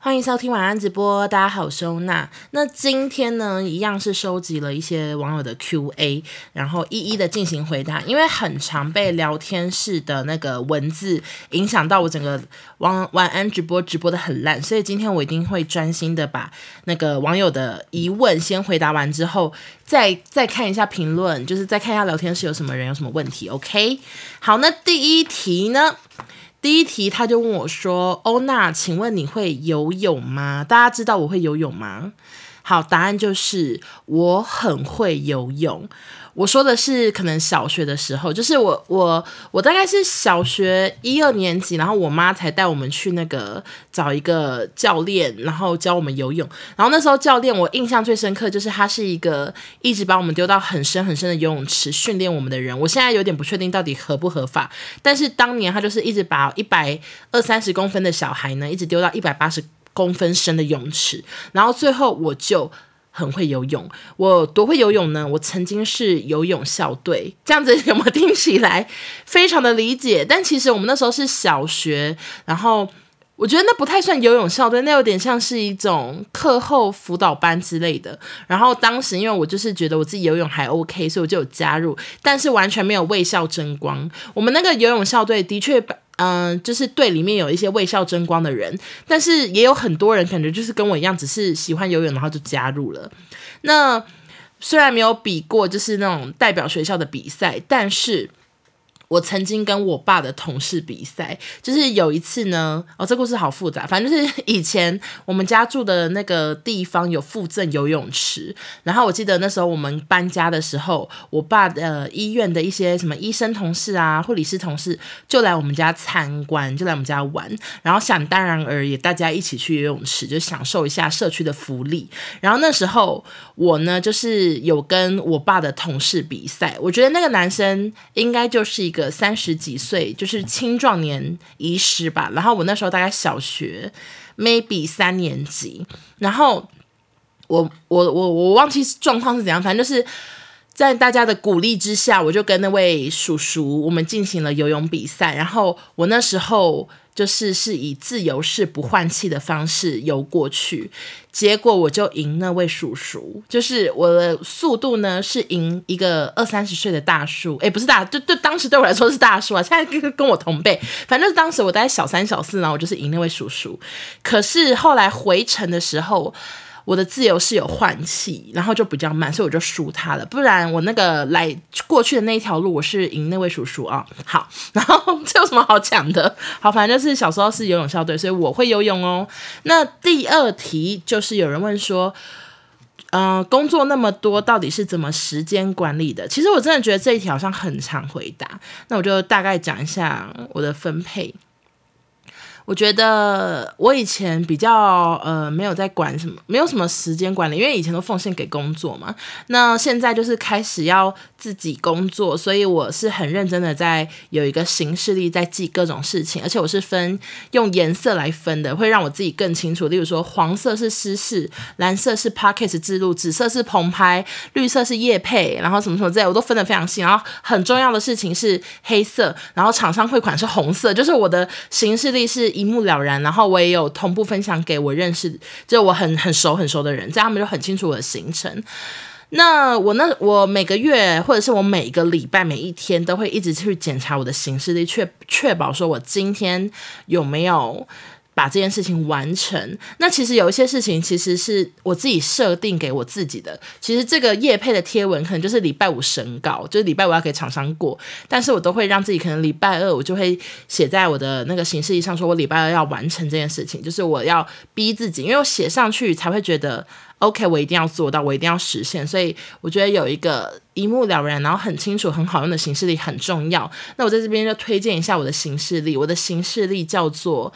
欢迎收听晚安直播，大家好，我是收纳。那今天呢，一样是收集了一些网友的 Q&A， 然后一一的进行回答。因为很常被聊天室的那个文字影响到我整个晚安直播的很烂，所以今天我一定会专心的把那个网友的疑问先回答完之后，再看一下评论，就是再看一下聊天室有什么人有什么问题。OK， 好，那第一题他就问我说：“欧娜，请问你会游泳吗？”大家知道我会游泳吗？好，答案就是我很会游泳。我说的是可能小学的时候，就是我大概是小学1、2年级，然后我妈才带我们去那个找一个教练，然后教我们游泳。然后那时候教练我印象最深刻，就是他是一个一直把我们丢到很深很深的游泳池训练我们的人。我现在有点不确定到底合不合法，但是当年他就是一直把120-130公分的小孩呢，一直丢到180公分深的泳池，然后最后我就很会游泳。我多会游泳呢？我曾经是游泳校队，这样子有没有听起来非常的理解？但其实我们那时候是小学，然后我觉得那不太算游泳校队，那有点像是一种课后辅导班之类的。然后当时因为我就是觉得我自己游泳还 OK， 所以我就有加入，但是完全没有为校争光。我们那个游泳校队的确就是队里面有一些为校争光的人，但是也有很多人感觉就是跟我一样，只是喜欢游泳，然后就加入了。那虽然没有比过就是那种代表学校的比赛，但是我曾经跟我爸的同事比赛，就是有一次呢，这故事好复杂，反正就是以前我们家住的那个地方有附赠游泳池，然后我记得那时候我们搬家的时候，我爸的医院的一些什么医生同事啊、护理师同事就来我们家参观，就来我们家玩，然后想当然而也大家一起去游泳池，就享受一下社区的福利。然后那时候我呢，就是有跟我爸的同事比赛，我觉得那个男生应该就是一个30几岁，就是青壮年医师吧。然后我那时候大概小学 maybe 3年级，然后我忘记状况是怎样，反正就是在大家的鼓励之下，我就跟那位叔叔我们进行了游泳比赛。然后我那时候是以自由式不换气的方式游过去，结果我就赢那位叔叔，就是我的速度呢是赢一个20-30岁的大叔，不是大，就当时对我来说是大叔啊，现在跟我同辈，反正当时我大概小3、小4，然后我就是赢那位叔叔。可是后来回程的时候，我的自由是有换气，然后就比较慢，所以我就输他了。不然我那个过去的那一条路，我是赢那位叔叔啊。好，然后这有什么好讲的？好，反正就是小时候是游泳校队，所以我会游泳哦。那第二题就是有人问说，工作那么多，到底是怎么时间管理的？其实我真的觉得这一题好像很常回答，那我就大概讲一下我的分配。我觉得我以前比较没有在管什么，没有什么时间管理，因为以前都奉献给工作嘛。那现在就是开始要自己工作，所以我是很认真的在有一个行事历在记各种事情，而且我是用颜色来分的，会让我自己更清楚。例如说黄色是私事，蓝色是 podcast 制录，紫色是棚拍，绿色是业配，然后什么什么之类我都分得非常细。然后很重要的事情是黑色，然后厂商汇款是红色，就是我的行事历是一目了然。然后我也有同步分享给我认识，就我很熟的人，这样他们就很清楚我的行程。那我每个月或者是我每个礼拜每一天都会一直去检查我的行事历，确保说我今天有没有把这件事情完成。那其实有一些事情其实是我自己设定给我自己的，其实这个业配的贴文可能就是礼拜5审稿，就是礼拜5要给厂商过，但是我都会让自己可能礼拜2我就会写在我的那个行事历上，说我礼拜2要完成这件事情，就是我要逼自己，因为我写上去才会觉得 OK， 我一定要做到，我一定要实现。所以我觉得有一个一目了然然后很清楚很好用的行事历很重要。那我在这边就推荐一下我的行事历，我的行事历叫做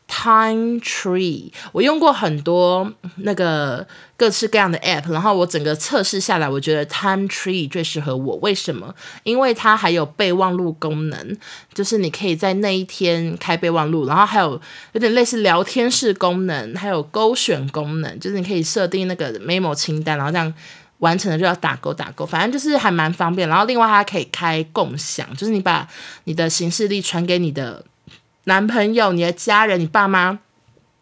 Time Tree， 我用过很多那个各式各样的 app， 然后我整个测试下来，我觉得 Time Tree 最适合我。为什么？因为它还有备忘录功能，就是你可以在那一天开备忘录，然后还有点类似聊天室功能，还有勾选功能，就是你可以设定那个 memo 清单，然后这样完成了就要打勾，反正就是还蛮方便。然后另外它可以开共享，就是你把你的行事历传给你的男朋友、你的家人、你爸妈，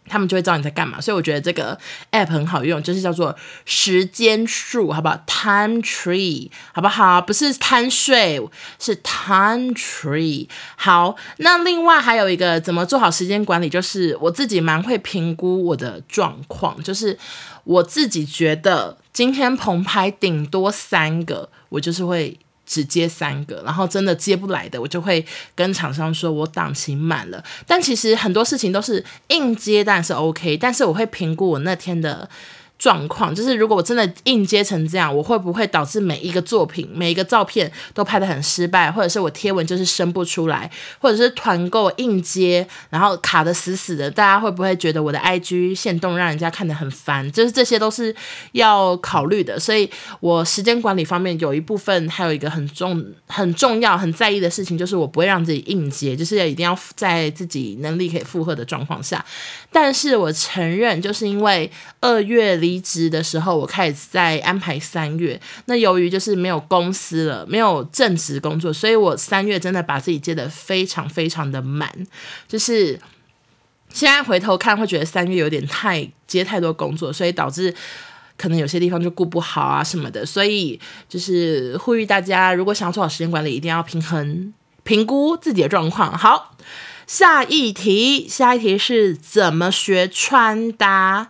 他们就会知道你在干嘛，所以我觉得这个 app 很好用，就是叫做时间树，好不好 ？Time Tree， 好不好？不是贪睡，是 Time Tree。好，那另外还有一个怎么做好时间管理，就是我自己蛮会评估我的状况，就是我自己觉得今天棚拍顶多3个，我就是会只接3个，然后真的接不来的，我就会跟厂商说我档期满了。但其实很多事情都是硬接，当然是 OK， 但是我会评估我那天的状况，就是如果我真的硬接成这样，我会不会导致每一个作品、每一个照片都拍得很失败，或者是我贴文就是生不出来，或者是团购硬接，然后卡得死死的，大家会不会觉得我的 IG 限动让人家看得很烦？就是这些都是要考虑的，所以我时间管理方面有一部分，还有一个很重要、很在意的事情，就是我不会让自己硬接，就是一定要在自己能力可以负荷的状况下。但是我承认，就是因为2月离职的时候，我开始在安排3月。那由于就是没有公司了，没有正职工作，所以我3月真的把自己接得非常非常的满。就是现在回头看，会觉得3月有点接太多工作，所以导致可能有些地方就顾不好啊什么的。所以就是呼吁大家，如果想要做好时间管理，一定要评估自己的状况。好，下一题是怎么学穿搭。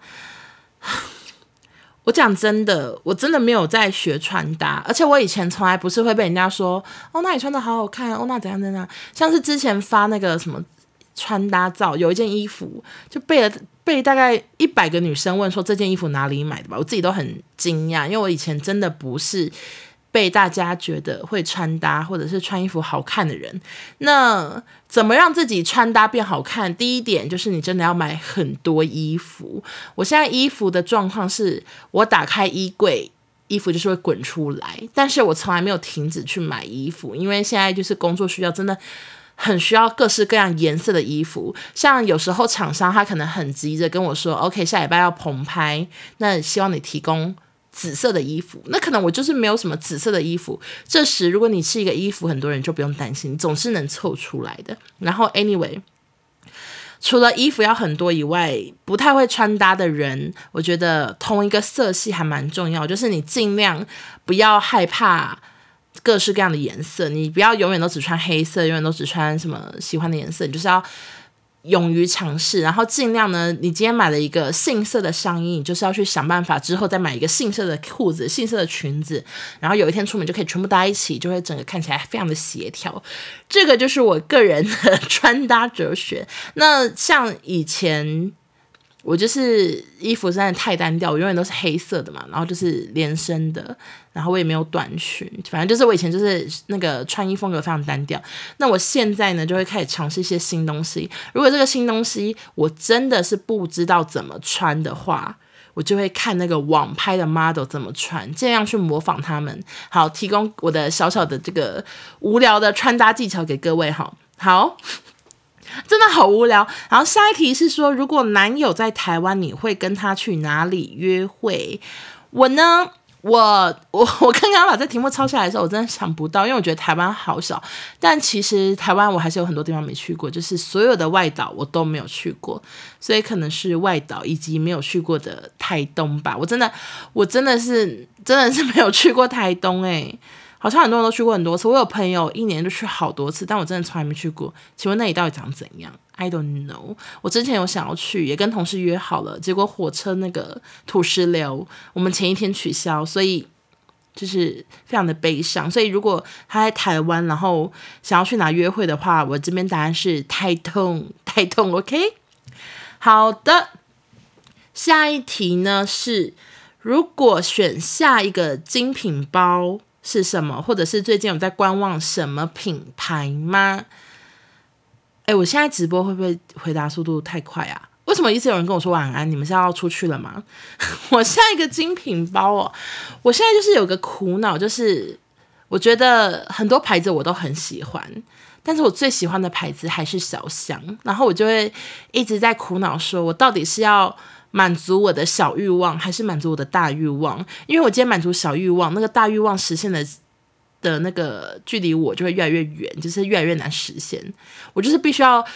我讲真的，我真的没有在学穿搭，而且我以前从来不是会被人家说哦，那你穿的好好看哦，那怎样怎样，像是之前发那个什么穿搭照，有一件衣服就被大概100个女生问说这件衣服哪里买的吧，我自己都很惊讶，因为我以前真的不是被大家觉得会穿搭或者是穿衣服好看的人。那怎么让自己穿搭变好看？第一点就是你真的要买很多衣服。我现在衣服的状况是，我打开衣柜，衣服就是会滚出来，但是我从来没有停止去买衣服，因为现在就是工作需要，真的很需要各式各样颜色的衣服。像有时候厂商他可能很急着跟我说 OK 下礼拜要棚拍，那希望你提供紫色的衣服，那可能我就是没有什么紫色的衣服。这时如果你是一个衣服很多人就不用担心，你总是能凑出来的。然后 anyway， 除了衣服要很多以外，不太会穿搭的人，我觉得同一个色系还蛮重要，就是你尽量不要害怕各式各样的颜色，你不要永远都只穿黑色，永远都只穿什么喜欢的颜色，你就是要勇于尝试，然后尽量呢，你今天买了一个杏色的上衣，你就是要去想办法之后再买一个杏色的裤子、杏色的裙子，然后有一天出门就可以全部搭一起，就会整个看起来非常的协调。这个就是我个人的穿搭哲学。那像以前我就是衣服真的太单调，我永远都是黑色的嘛，然后就是连身的，然后我也没有短裙，反正就是我以前就是那个穿衣风格非常单调。那我现在呢就会开始尝试一些新东西，如果这个新东西我真的是不知道怎么穿的话，我就会看那个网拍的 model 怎么穿，尽量去模仿他们。好，提供我的小小的这个无聊的穿搭技巧给各位。好真的好无聊。然后下一题是说，如果男友在台湾，你会跟他去哪里约会？我呢，我刚刚把这题目抄下来的时候，我真的想不到，因为我觉得台湾好小，但其实台湾我还是有很多地方没去过，就是所有的外岛我都没有去过，所以可能是外岛以及没有去过的台东吧。我真的是没有去过台东好像很多人都去过很多次，我有朋友1年就去好多次，但我真的从来没去过。请问那里到底长怎样？ I don't know。 我之前有想要去，也跟同事约好了，结果火车那个土石流，我们前一天取消，所以就是非常的悲伤。所以如果他在台湾，然后想要去哪约会的话，我这边答案是台东 OK。 好的，下一题呢是，如果选下一个精品包是什么，或者是最近有在观望什么品牌吗？我现在直播会不会回答速度太快啊？为什么一直有人跟我说晚安？你们是要出去了吗？我下一个精品包我现在就是有个苦恼，就是我觉得很多牌子我都很喜欢，但是我最喜欢的牌子还是小香，然后我就会一直在苦恼说，我到底是要满足我的小欲望还是满足我的大欲望？因为我今天满足小欲望，那个大欲望实现的那个距离我就会越来越远，就是越来越难实现。我就是必须要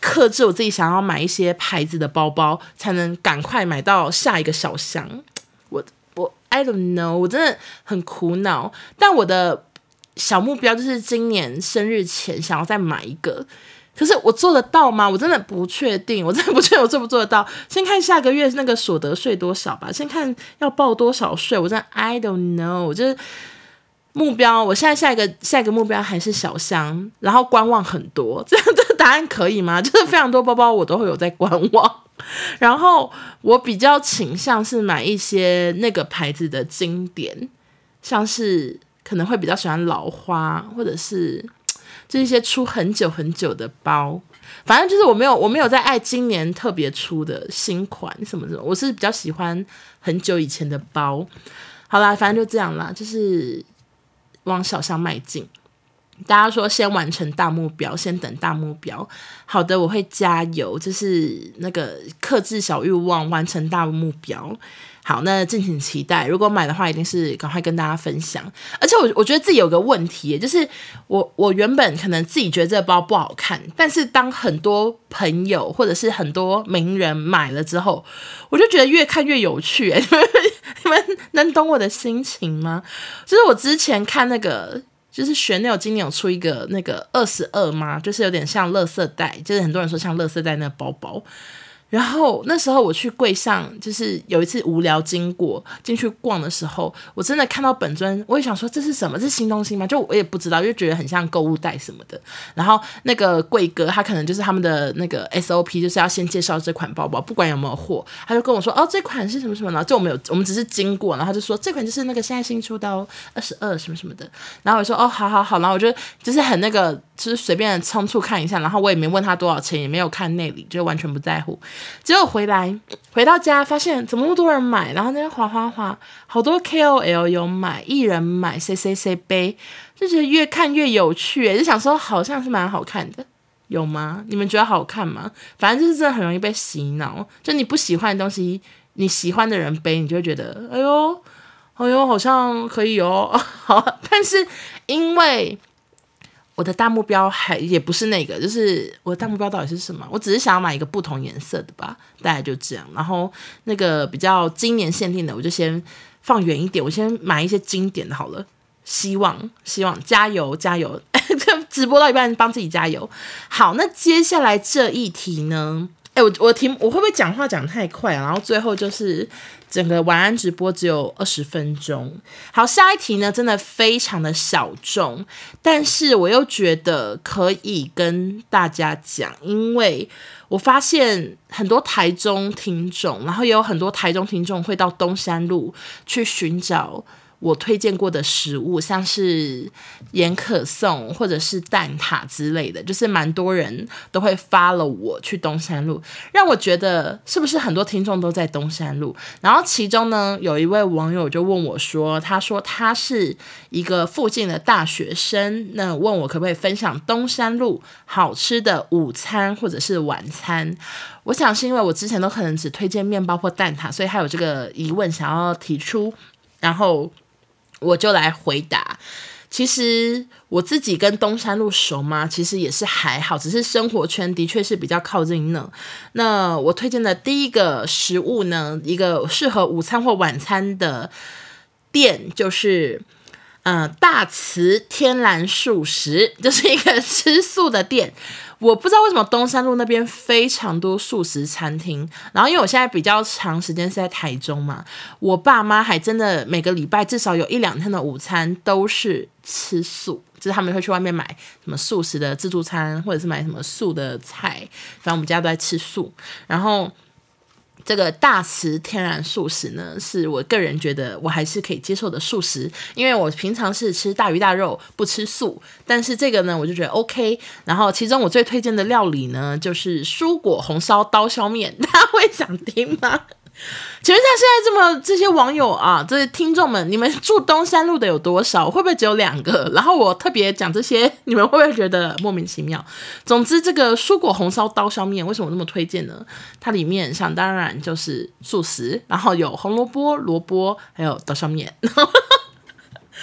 克制我自己想要买一些牌子的包包，才能赶快买到下一个小箱。我 I don't know， 我真的很苦恼。但我的小目标就是今年生日前想要再买一个。可是我做得到吗？我真的不确定，我真的不确定我做不做得到。先看下个月那个所得税多少吧，先看要报多少税。我真的 I don't know， 我就是目标，我现在下一个目标还是小箱，然后观望很多。这个答案可以吗？就是非常多包包我都会有在观望，然后我比较倾向是买一些那个牌子的经典，像是可能会比较喜欢老花，或者是就是一些出很久很久的包。反正就是我没有在爱今年特别出的新款什么的，我是比较喜欢很久以前的包。好啦，反正就这样啦，就是往小箱迈进。大家说先完成大目标，先等大目标。好的，我会加油，就是那个克制小欲望，完成大目标。好，那敬请期待。如果买的话，一定是赶快跟大家分享。而且我觉得自己有个问题，就是我原本可能自己觉得这个包不好看，但是当很多朋友或者是很多名人买了之后，我就觉得越看越有趣。你们能懂我的心情吗？就是我之前看那个。就是 Chanel 今年有出一个那个22吗？就是有点像垃圾袋，就是很多人说像垃圾袋那个包包。然后那时候我去柜上，就是有一次无聊经过进去逛的时候，我真的看到本尊，我也想说这是什么？这是新东西吗？就我也不知道，就觉得很像购物袋什么的。然后那个柜哥他可能就是他们的那个 SOP， 就是要先介绍这款包包，不管有没有货，他就跟我说哦这款是什么什么，然后就我们只是经过，然后他就说这款就是那个现在新出的22什么什么的。然后我说哦好好好，然后我就是很那个就是随便冲出看一下，然后我也没问他多少钱，也没有看内里，就完全不在乎。结果回到家发现怎么那么多人买，然后那边滑，好多 KOL 有买，艺人买，谁背，就觉得越看越有趣，就想说好像是蛮好看的，有吗？你们觉得好看吗？反正就是真的很容易被洗脑，就你不喜欢的东西，你喜欢的人背，你就会觉得哎呦好像可以哦，好，但是因为我的大目标也不是那个，就是我的大目标到底是什么？我只是想要买一个不同颜色的吧，大概就这样。然后那个比较今年限定的，我就先放远一点，我先买一些经典的好了。希望加油！直播到一半帮自己加油。好，那接下来这一题呢？我会不会讲话讲太快啊？然后最后就是整个晚安直播只有20分钟。好，下一题呢，真的非常的小众，但是我又觉得可以跟大家讲，因为我发现很多台中听众，然后也有很多台中听众会到东山路去寻找我推荐过的食物，像是盐可颂或者是蛋挞之类的，就是蛮多人都会follow我去东山路，让我觉得是不是很多听众都在东山路。然后其中呢，有一位网友就问我说，他说他是一个附近的大学生，那问我可不可以分享东山路好吃的午餐或者是晚餐。我想是因为我之前都可能只推荐面包或蛋挞，所以他有这个疑问想要提出，然后我就来回答。其实我自己跟东山路熟吗？其实也是还好，只是生活圈的确是比较靠近那。那我推荐的第一个食物呢，一个适合午餐或晚餐的店就是大慈天然素食，就是一个吃素的店。我不知道为什么东山路那边非常多素食餐厅，然后因为我现在比较长时间是在台中嘛，我爸妈还真的每个礼拜至少有1-2天的午餐都是吃素，就是他们会去外面买什么素食的自助餐，或者是买什么素的菜，反正我们家都在吃素。然后这个大慈天然素食呢，是我个人觉得我还是可以接受的素食，因为我平常是吃大鱼大肉，不吃素，但是这个呢我就觉得 OK。 然后其中我最推荐的料理呢，就是蔬果红烧刀削面，大家会想听吗？请问一下，现在这些网友啊，这些听众们，你们住东山路的有多少？会不会只有2个？然后我特别讲这些，你们会不会觉得莫名其妙？总之，这个蔬果红烧刀削面为什么那么推荐呢？它里面想当然就是素食，然后有红萝卜、萝卜，还有刀削面。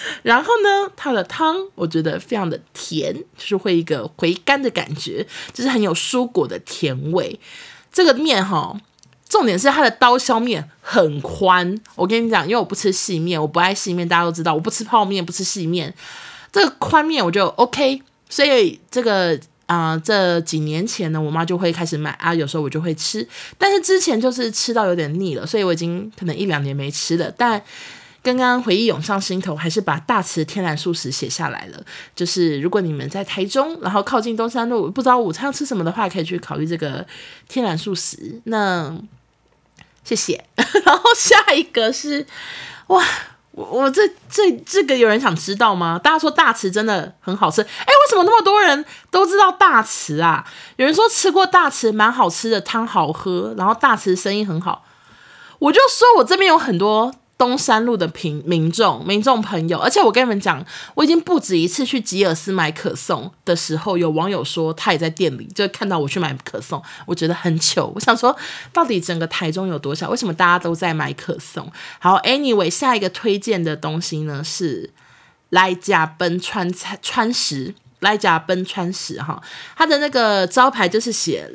然后呢，它的汤我觉得非常的甜，就是会一个回甘的感觉，就是很有蔬果的甜味。这个面重点是它的刀削面很宽。我跟你讲，因为我不吃细面，我不爱细面，大家都知道，我不吃泡面，不吃细面。这个宽面我就 OK， 所以这几年前呢，我妈就会开始买啊，有时候我就会吃，但是之前就是吃到有点腻了，所以我已经可能1-2年没吃了。但刚刚回忆涌上心头，还是把大慈天然素食写下来了。就是如果你们在台中，然后靠近东山路，不知道午餐要吃什么的话，可以去考虑这个天然素食。那谢谢。然后下一个是哇。我这个有人想知道吗？大家说大慈真的很好吃，为什么那么多人都知道大慈啊？有人说吃过大慈蛮好吃的，汤好喝，然后大慈生意很好。我就说我这边有很多东山路的民众朋友，而且我跟你们讲，我已经不止一次去吉尔斯买可颂的时候，有网友说他也在店里，就看到我去买可颂，我觉得很糗。我想说，到底整个台中有多小？为什么大家都在买可颂？好 ，anyway， 下一个推荐的东西呢是来甲奔川食，来甲奔川食哈，它的那个招牌就是写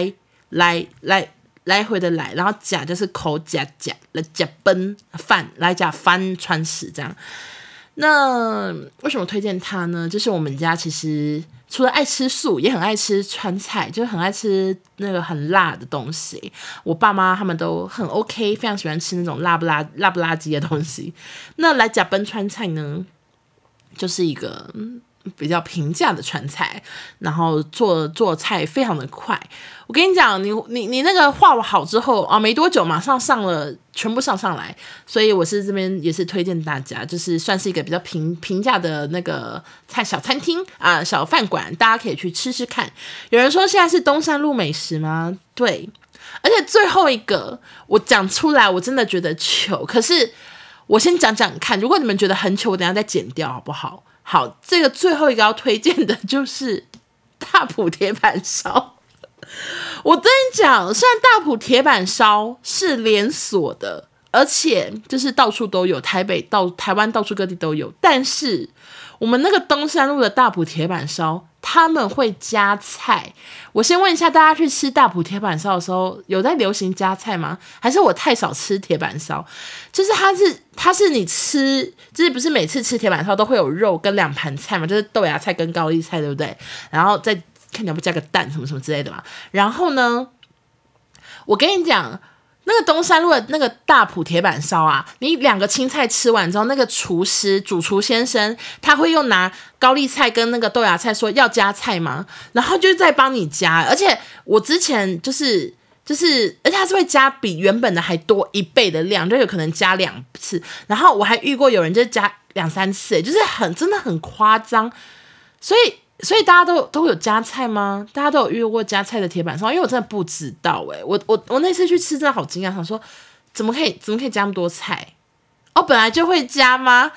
来回的来，然后甲就是口甲来甲奔饭来甲翻川食这样。那为什么推荐它呢？就是我们家其实除了爱吃素，也很爱吃川菜，就是很爱吃那个很辣的东西。我爸妈他们都很 OK， 非常喜欢吃那种辣不拉几的东西。那来甲奔川菜呢，就是一个比较平价的川菜，然后做菜非常的快。我跟你讲，你那个画好之后啊，没多久马上上了，全部上来。所以我是这边也是推荐大家，就是算是一个比较平价的那个小餐厅啊，小饭馆，大家可以去吃吃看。有人说现在是东山路美食吗？对，而且最后一个我讲出来，我真的觉得糗，可是我先讲讲看，如果你们觉得很糗，我等一下再剪掉好不好？好，这个最后一个要推荐的就是大埔铁板烧。我跟你讲，虽然大埔铁板烧是连锁的，而且就是到处都有，台湾到处各地都有，但是我们那个东山路的大埔铁板烧，他们会加菜。我先问一下，大家去吃大埔铁板烧的时候，有在流行加菜吗？还是我太少吃铁板烧？就是它是你吃，就是不是每次吃铁板烧都会有肉跟2盘菜嘛？就是豆芽菜跟高丽菜，对不对？然后再看你要不加个蛋什么什么之类的嘛。然后呢，我跟你讲，那个东山路的那个大埔铁板烧啊，你2个青菜吃完之后，那个主厨先生他会又拿高丽菜跟那个豆芽菜说要加菜吗？然后就再帮你加。而且我之前就是，而且他是会加比原本的还多1倍的量，就有可能加2次。然后我还遇过有人就加2-3次，就是真的很夸张。所以大家都有加菜吗？大家都有遇过加菜的铁板烧？因为我真的不知道我那次去吃真的好惊讶，想说怎么可以加那么多菜？本来就会加吗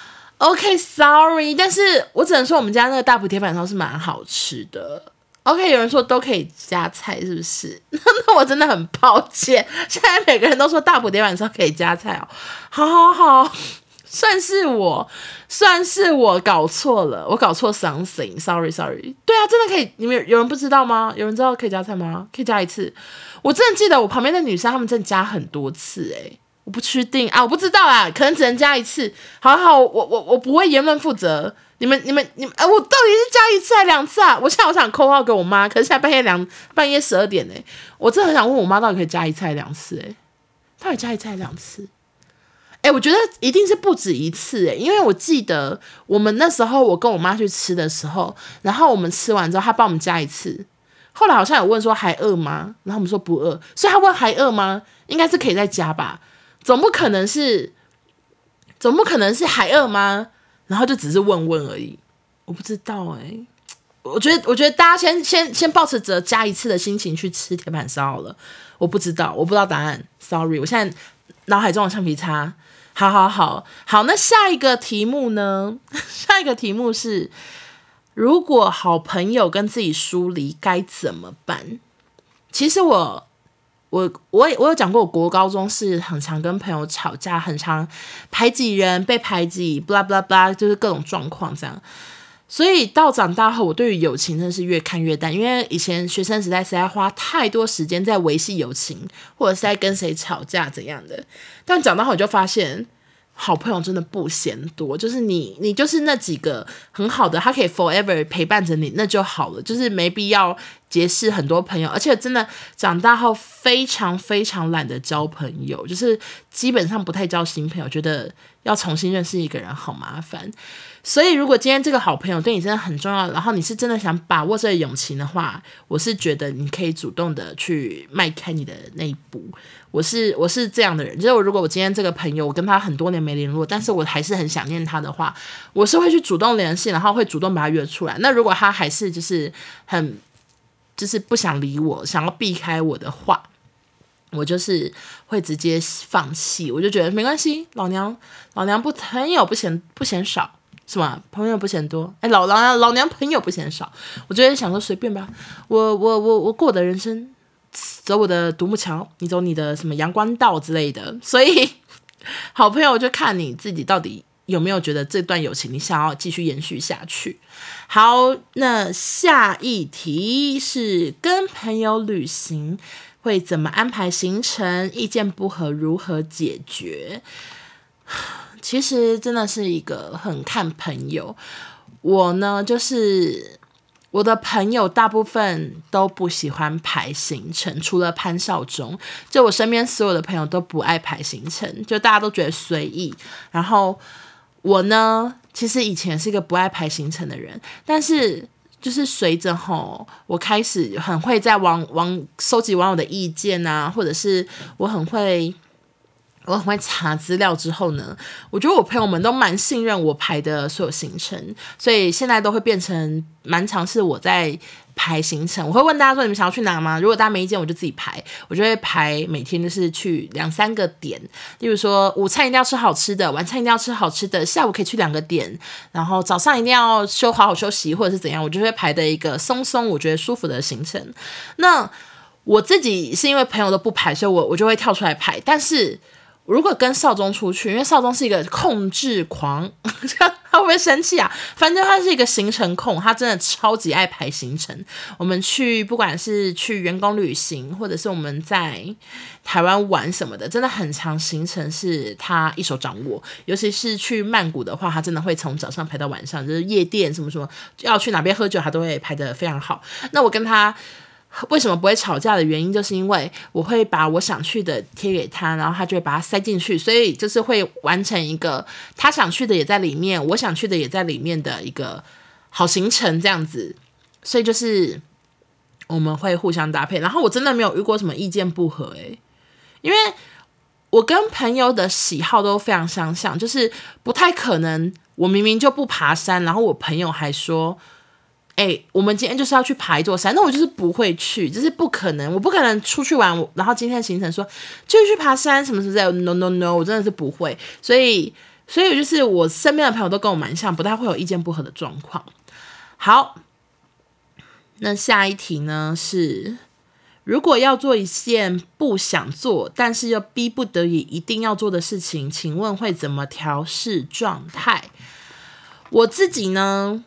？OK，sorry， 但是我只能说我们家那个大埔铁板烧是蛮好吃的。OK， 有人说都可以加菜，是不是？那我真的很抱歉，现在每个人都说大埔铁板烧可以加菜哦。好。算是我搞错了，我搞错 something，sorry。对啊，真的可以，你们有人不知道吗？有人知道可以加菜吗？可以加1次。我真的记得我旁边的女生她们真的加很多次我不确定啊，我不知道啊，可能只能加1次。好，我不会言论负责。你们，我到底是加1次还2次啊？我想call号给我妈，可是现在半夜12点我真的很想问我妈到底可以加1次还2次到底加1次还2次？我觉得一定是不止1次因为我记得我们那时候我跟我妈去吃的时候，然后我们吃完之后她帮我们加1次，后来好像有问说还饿吗？然后我们说不饿，所以她问还饿吗？应该是可以再加吧，总不可能是还饿吗？然后就只是问而已，我不知道我觉得大家先抱持着加1次的心情去吃铁板烧好了，我不知道答案 ，sorry， 我现在脑海中有橡皮擦。好，那下一个题目呢？下一个题目是，如果好朋友跟自己疏离该怎么办？其实我我有讲过，我国高中是很常跟朋友吵架，很常排挤人，被排挤，blah blah blah，就是各种状况这样。所以到长大后，我对于友情真的是越看越淡，因为以前学生时代实在花太多时间在维系友情，或者是在跟谁吵架怎样的。但长大后你就发现，好朋友真的不嫌多，就是你就是那几个很好的，他可以 forever 陪伴着你，那就好了，就是没必要结识很多朋友。而且真的长大后非常非常懒得交朋友，就是基本上不太交新朋友，觉得要重新认识一个人好麻烦。所以如果今天这个好朋友对你真的很重要，然后你是真的想把握这个友情的话，我是觉得你可以主动的去迈开你的那一步。我是这样的人，就是如果我今天这个朋友我跟他很多年没联络，但是我还是很想念他的话，我是会去主动联系，然后会主动把他约出来。那如果他还是就是不想理我，想要避开我的话，我就是会直接放弃。我就觉得没关系，老娘朋友不嫌少。什么朋友不嫌多？老娘朋友不嫌少。我就会想说随便吧，我过我的人生，走我的独木桥，你走你的什么阳关道之类的。所以好朋友就看你自己到底有没有觉得这段友情你想要继续延续下去。好，那下一题是跟朋友旅行会怎么安排行程？意见不合如何解决？其实真的是一个很看朋友。我呢，就是我的朋友大部分都不喜欢排行程，除了潘少忠，就我身边所有的朋友都不爱排行程，就大家都觉得随意。然后我呢，其实以前是一个不爱排行程的人，但是就是随着我开始很会在收集网友的意见啊，或者是我很会查资料之后呢，我觉得我朋友们都蛮信任我排的所有行程，所以现在都会变成蛮常是我在排行程。我会问大家说你们想要去哪吗？如果大家没意见，我就自己排，我就会排每天就是去2-3个点，例如说午餐一定要吃好吃的，晚餐一定要吃好吃的，下午可以去2个点，然后早上一定要好好休息或者是怎样，我就会排的一个松松我觉得舒服的行程。那我自己是因为朋友都不排，所以我就会跳出来排。但是如果跟少宗出去，因为少宗是一个控制狂，他会不会生气啊？反正他是一个行程控，他真的超级爱排行程。我们去不管是去员工旅行，或者是我们在台湾玩什么的，真的很长行程是他一手掌握。尤其是去曼谷的话，他真的会从早上排到晚上，就是夜店什么什么，要去哪边喝酒，他都会排得非常好。那我跟他为什么不会吵架的原因，就是因为我会把我想去的贴给他，然后他就会把它塞进去，所以就是会完成一个他想去的也在里面，我想去的也在里面的一个好行程这样子。所以就是我们会互相搭配，然后我真的没有遇过什么意见不合因为我跟朋友的喜好都非常相像，就是不太可能我明明就不爬山，然后我朋友还说我们今天就是要去爬一座山，那我就是不会去，就是不可能，我不可能出去玩，然后今天的行程说就去爬山什么什么的 ，no no no， 我真的是不会，所以就是我身边的朋友都跟我蛮像，不太会有意见不合的状况。好，那下一题呢是，如果要做一件不想做，但是又逼不得已一定要做的事情，请问会怎么调试状态？我自己呢？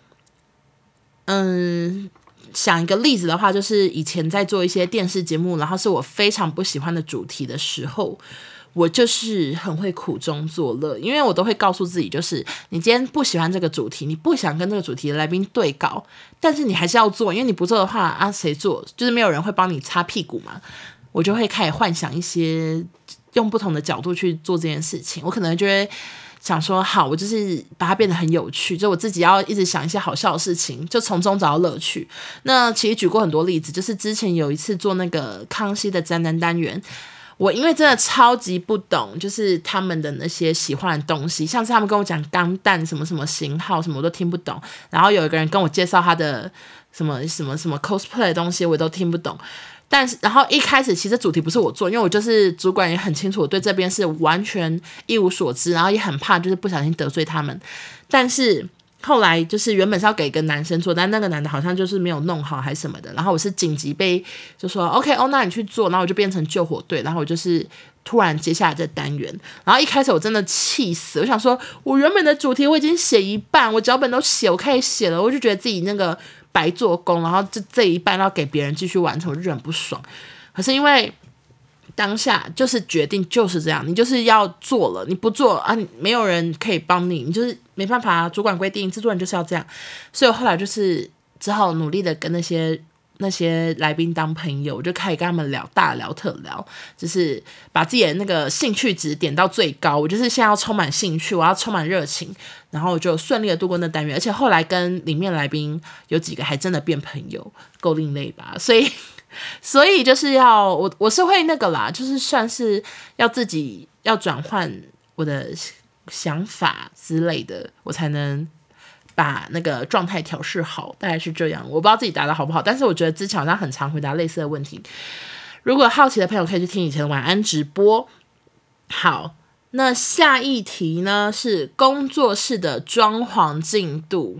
想一个例子的话，就是以前在做一些电视节目，然后是我非常不喜欢的主题的时候，我就是很会苦中作乐，因为我都会告诉自己，就是你今天不喜欢这个主题，你不想跟这个主题的来宾对稿，但是你还是要做，因为你不做的话啊，谁做？就是没有人会帮你擦屁股嘛。我就会开始幻想一些用不同的角度去做这件事情，我可能就会想说好，我就是把它变得很有趣，就我自己要一直想一些好笑的事情，就从中找到乐趣。那其实举过很多例子，就是之前有一次做那个康熙的宅男单元，我因为真的超级不懂，就是他们的那些喜欢的东西，像是他们跟我讲钢弹什么什么型号什么我都听不懂，然后有一个人跟我介绍他的什么 cosplay 的东西我都听不懂。但是，然后一开始其实主题不是我做，因为我就是主管也很清楚，我对这边是完全一无所知，然后也很怕就是不小心得罪他们。但是后来就是原本是要给一个男生做，但那个男的好像就是没有弄好还是什么的，然后我是紧急被就说 OK 那你去做，然后我就变成救火队，然后我就是突然接下来这单元，然后一开始我真的气死，我想说我原本的主题我已经写一半，我脚本都写，我开始写了，我就觉得自己那个白做工，然后这一半要给别人继续完成，我就觉得很不爽。可是因为当下就是决定就是这样，你就是要做了，你不做啊，没有人可以帮你，你就是没办法，主管规定制作人就是要这样，所以我后来就是只好努力的跟那些来宾当朋友，我就开始跟他们聊，大聊特聊，就是把自己的那个兴趣值点到最高。我就是现在要充满兴趣，我要充满热情，然后就顺利的度过那单元，而且后来跟里面来宾有几个还真的变朋友，够另类吧？所以就是要我是会那个啦，就是算是要自己要转换我的想法之类的，我才能把那个状态调试好，大概是这样。我不知道自己答的好不好，但是我觉得之前好像很常回答类似的问题。如果好奇的朋友可以去听以前的晚安直播。好，那下一题呢是工作室的装潢进度。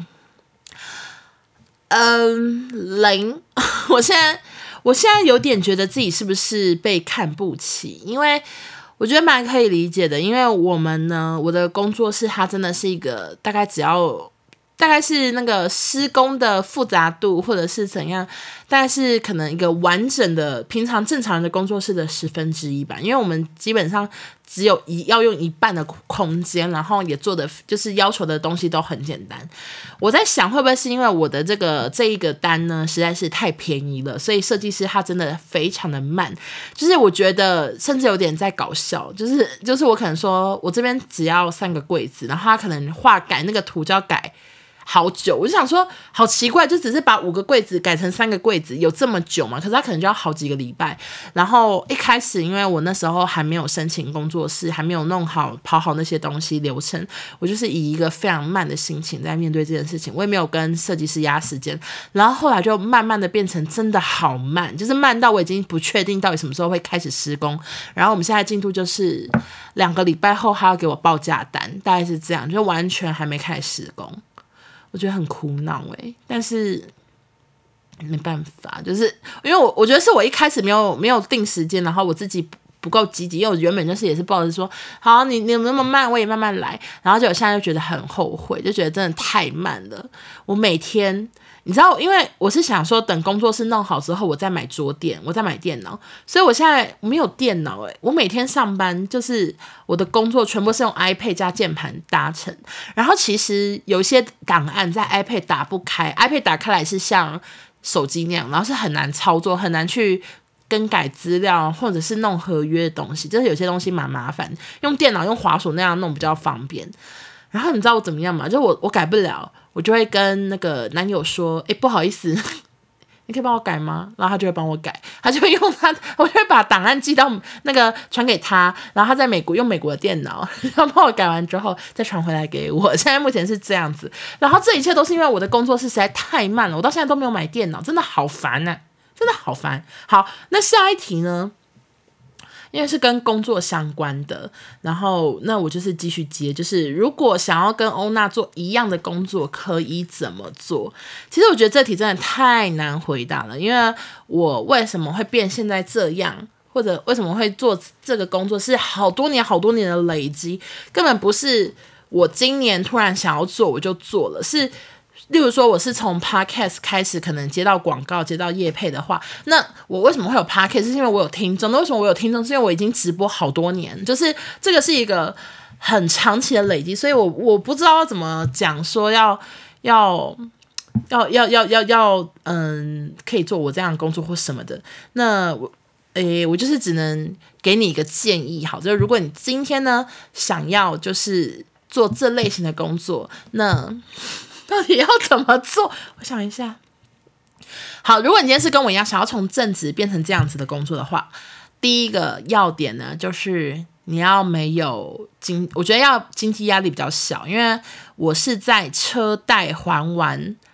零。我现在有点觉得自己是不是被看不起，因为我觉得蛮可以理解的，因为我们呢，我的工作室它真的是一个大概是那个施工的复杂度或者是怎样，大概是可能一个完整的平常正常人的工作室的1/10吧，因为我们基本上只有要用一半的空间，然后也做的就是要求的东西都很简单。我在想会不会是因为我的这一个单呢实在是太便宜了，所以设计师他真的非常的慢，就是我觉得甚至有点在搞笑，就是我可能说我这边只要3个柜子，然后他可能改那个图就要改好久，我就想说好奇怪，就只是把5个柜子改成3个柜子，有这么久吗？可是他可能就要好几个礼拜。然后一开始因为我那时候还没有申请工作室，还没有弄好跑好那些东西流程，我就是以一个非常慢的心情在面对这件事情，我也没有跟设计师压时间。然后后来就慢慢的变成真的好慢，就是慢到我已经不确定到底什么时候会开始施工。然后我们现在进度就是2个礼拜后他要给我报价单，大概是这样，就完全还没开始施工。我觉得很苦恼但是没办法，就是因为我觉得是我一开始没有定时间，然后我自己不够积极，因为我原本就是也是抱着说好你那么慢我也慢慢来，然后就现在就觉得很后悔，就觉得真的太慢了。我每天你知道，因为我是想说等工作室弄好之后我再买桌垫，我再买电脑，所以我现在没有电脑我每天上班就是我的工作全部是用 iPad 加键盘达成，然后其实有些档案在 iPad 打不开， iPad 打开来是像手机那样，然后是很难操作，很难去更改资料或者是弄合约的东西，就是有些东西蛮麻烦，用电脑用滑鼠那样弄比较方便。然后你知道我怎么样吗？就我改不了，我就会跟那个男友说不好意思你可以帮我改吗？然后他就会帮我改，他就会我就会把档案寄到那个传给他，然后他在美国用美国的电脑，然后帮我改完之后再传回来给我。现在目前是这样子，然后这一切都是因为我的工作室实在太慢了，我到现在都没有买电脑，真的好烦真的好烦。好，那下一题呢？因为是跟工作相关的，然后那我就是继续接，就是如果想要跟欧娜做一样的工作可以怎么做？其实我觉得这题真的太难回答了，因为我为什么会变现在这样，或者为什么会做这个工作是好多年的累积，根本不是我今年突然想要做我就做了，是例如说我是从 podcast 开始可能接到广告接到业配的话，那我为什么会有 podcast 是因为我有听众，那为什么我有听众是因为我已经直播好多年，就是这个是一个很长期的累积，所以我不知道要怎么讲说可以做我这样的工作或什么的。那我就是只能给你一个建议，好，就是如果你今天呢想要就是做这类型的工作，那到底要怎么做？我想一下。好，如果你今天是跟我一样想要从正职变成这样子的工作的话，第一个要点呢，就是你要没有我觉得要经济压力比较小，因为我是在车贷还完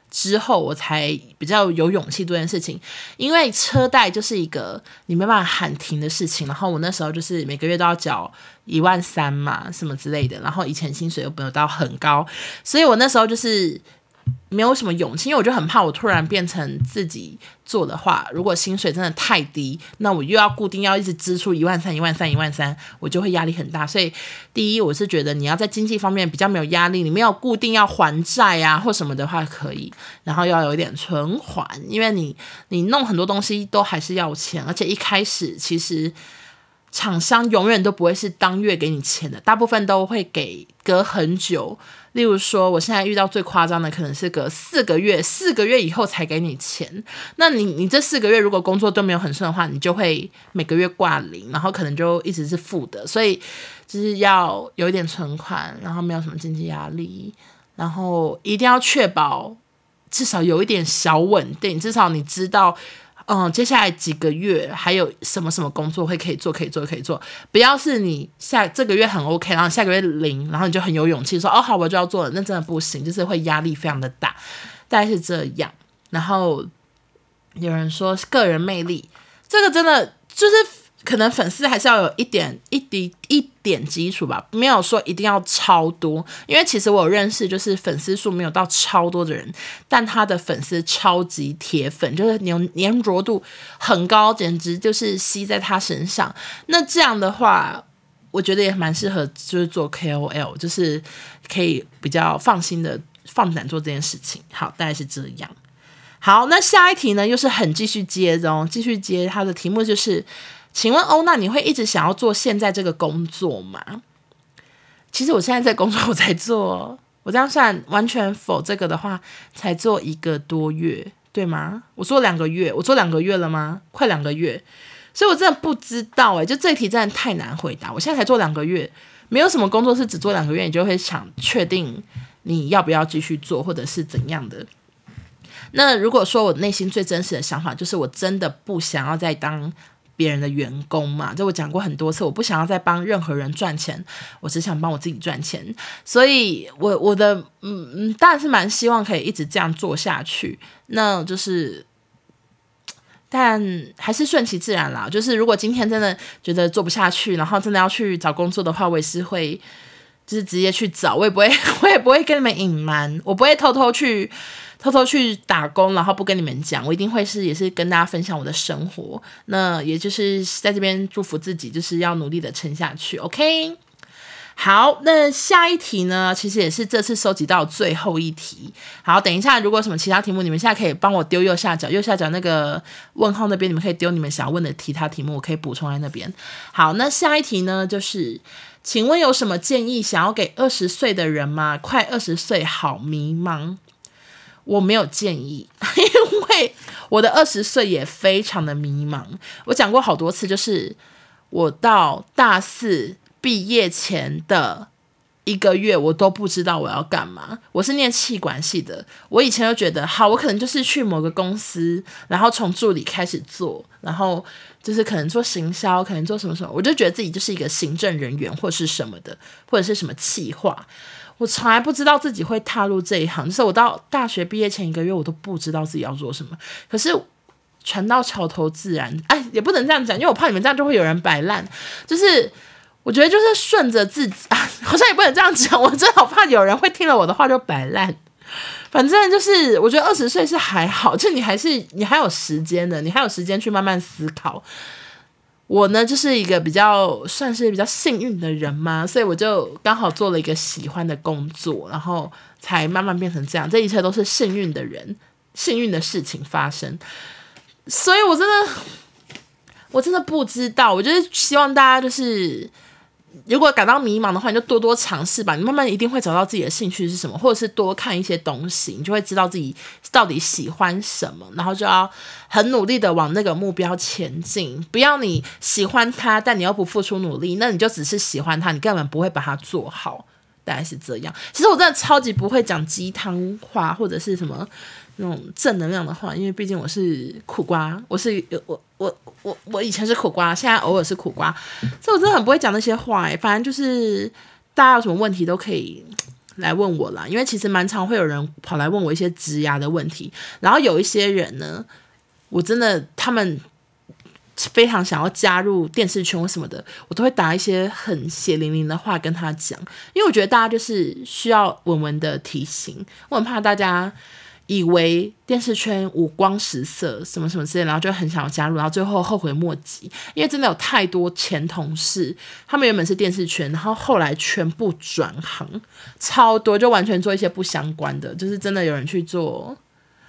之后我才比较有勇气做这件事情，因为车贷就是一个你没办法喊停的事情，然后我那时候就是每个月都要缴13000嘛什么之类的，然后以前薪水又没有到很高，所以我那时候就是没有什么勇气，因为我就很怕我突然变成自己做的话，如果薪水真的太低，那我又要固定要一直支出13000，我就会压力很大。所以第一，我是觉得你要在经济方面比较没有压力，你没有固定要还债啊或什么的话可以，然后要有一点存款，因为你弄很多东西都还是要钱，而且一开始其实厂商永远都不会是当月给你钱的，大部分都会隔很久。例如说我现在遇到最夸张的可能是隔4个月以后才给你钱，那你这4个月如果工作都没有很顺的话，你就会每个月挂零，然后可能就一直是负的，所以就是要有一点存款，然后没有什么经济压力，然后一定要确保至少有一点小稳定，至少你知道接下来几个月还有什么什么工作可以做，不要是你这个月很 OK， 然后下个月零，然后你就很有勇气说好我就要做了，那真的不行，就是会压力非常的大，大概是这样。然后有人说个人魅力，这个真的就是可能粉丝还是要有一点基础吧，没有说一定要超多，因为其实我有认识就是粉丝数没有到超多的人，但他的粉丝超级铁粉，就是粘着度很高，简直就是吸在他身上。那这样的话我觉得也蛮适合就是做 KOL， 就是可以比较放心的放胆做这件事情。好，大概是这样。好，那下一题呢又是很继续接他的题目就是请问欧娜，你会一直想要做现在这个工作吗？其实我现在这个工作我才做，我这样算完全否这个的话才做1个多月，对吗？我做2个月，我做2个月了吗？快2个月，所以我真的不知道就这一题真的太难回答。我现在才做2个月，没有什么工作是只做2个月你就会想确定你要不要继续做或者是怎样的。那如果说我内心最真实的想法就是我真的不想要再当别人的员工嘛，就我讲过很多次，我不想要再帮任何人赚钱，我只想帮我自己赚钱，所以我的当然是蛮希望可以一直这样做下去，那就是但还是顺其自然啦，就是如果今天真的觉得做不下去，然后真的要去找工作的话，我也是会就是直接去找，我也不会跟你们隐瞒，我不会偷偷去打工，然后不跟你们讲，我一定会也是跟大家分享我的生活。那也就是在这边祝福自己，就是要努力的撑下去 OK。 好，那下一题呢其实也是这次收集到最后一题。好，等一下如果有什么其他题目，你们现在可以帮我丢右下角那个问号那边，你们可以丢你们想要问的其他题目，我可以补充在那边。好，那下一题呢就是请问有什么建议想要给20岁的人吗？快20岁好迷茫。我没有建议，因为我的20岁也非常的迷茫。我讲过好多次，就是我到大4毕业前的1个月，我都不知道我要干嘛。我是念企管系的，我以前就觉得，好，我可能就是去某个公司，然后从助理开始做，然后就是可能做行销，可能做什么什么，我就觉得自己就是一个行政人员或是什么的，或者是什么企划。我从来不知道自己会踏入这一行，就是我到大学毕业前1个月，我都不知道自己要做什么。可是船到桥头自然，也不能这样讲，因为我怕你们这样就会有人摆烂。就是我觉得就是顺着自己好像也不能这样讲，我真的好怕有人会听了我的话就摆烂。反正就是我觉得20岁是还好，就你还有时间的，你还有时间去慢慢思考。我呢就是一个算是比较幸运的人嘛，所以我就刚好做了一个喜欢的工作，然后才慢慢变成这样。这一切都是幸运的事情发生，所以我真的不知道。我就是希望大家就是如果感到迷茫的话，你就多多尝试吧，你慢慢一定会找到自己的兴趣是什么，或者是多看一些东西，你就会知道自己到底喜欢什么，然后就要很努力的往那个目标前进。不要你喜欢它，但你又不付出努力，那你就只是喜欢它，你根本不会把它做好，大概是这样。其实我真的超级不会讲鸡汤话或者是什么那种正能量的话，因为毕竟我是苦瓜，我以前是苦瓜，现在偶尔是苦瓜，所以我真的很不会讲那些话反正就是大家有什么问题都可以来问我啦，因为其实蛮常会有人跑来问我一些职涯的问题，然后有一些人呢，我真的他们非常想要加入电视圈或什么的，我都会打一些很血淋淋的话跟他讲，因为我觉得大家就是需要稳稳的提醒，我很怕大家以为电视圈五光十色什么什么之类，然后就很想要加入，然后最后后悔莫及。因为真的有太多前同事，他们原本是电视圈，然后后来全部转行，超多，就完全做一些不相关的，就是真的有人去做，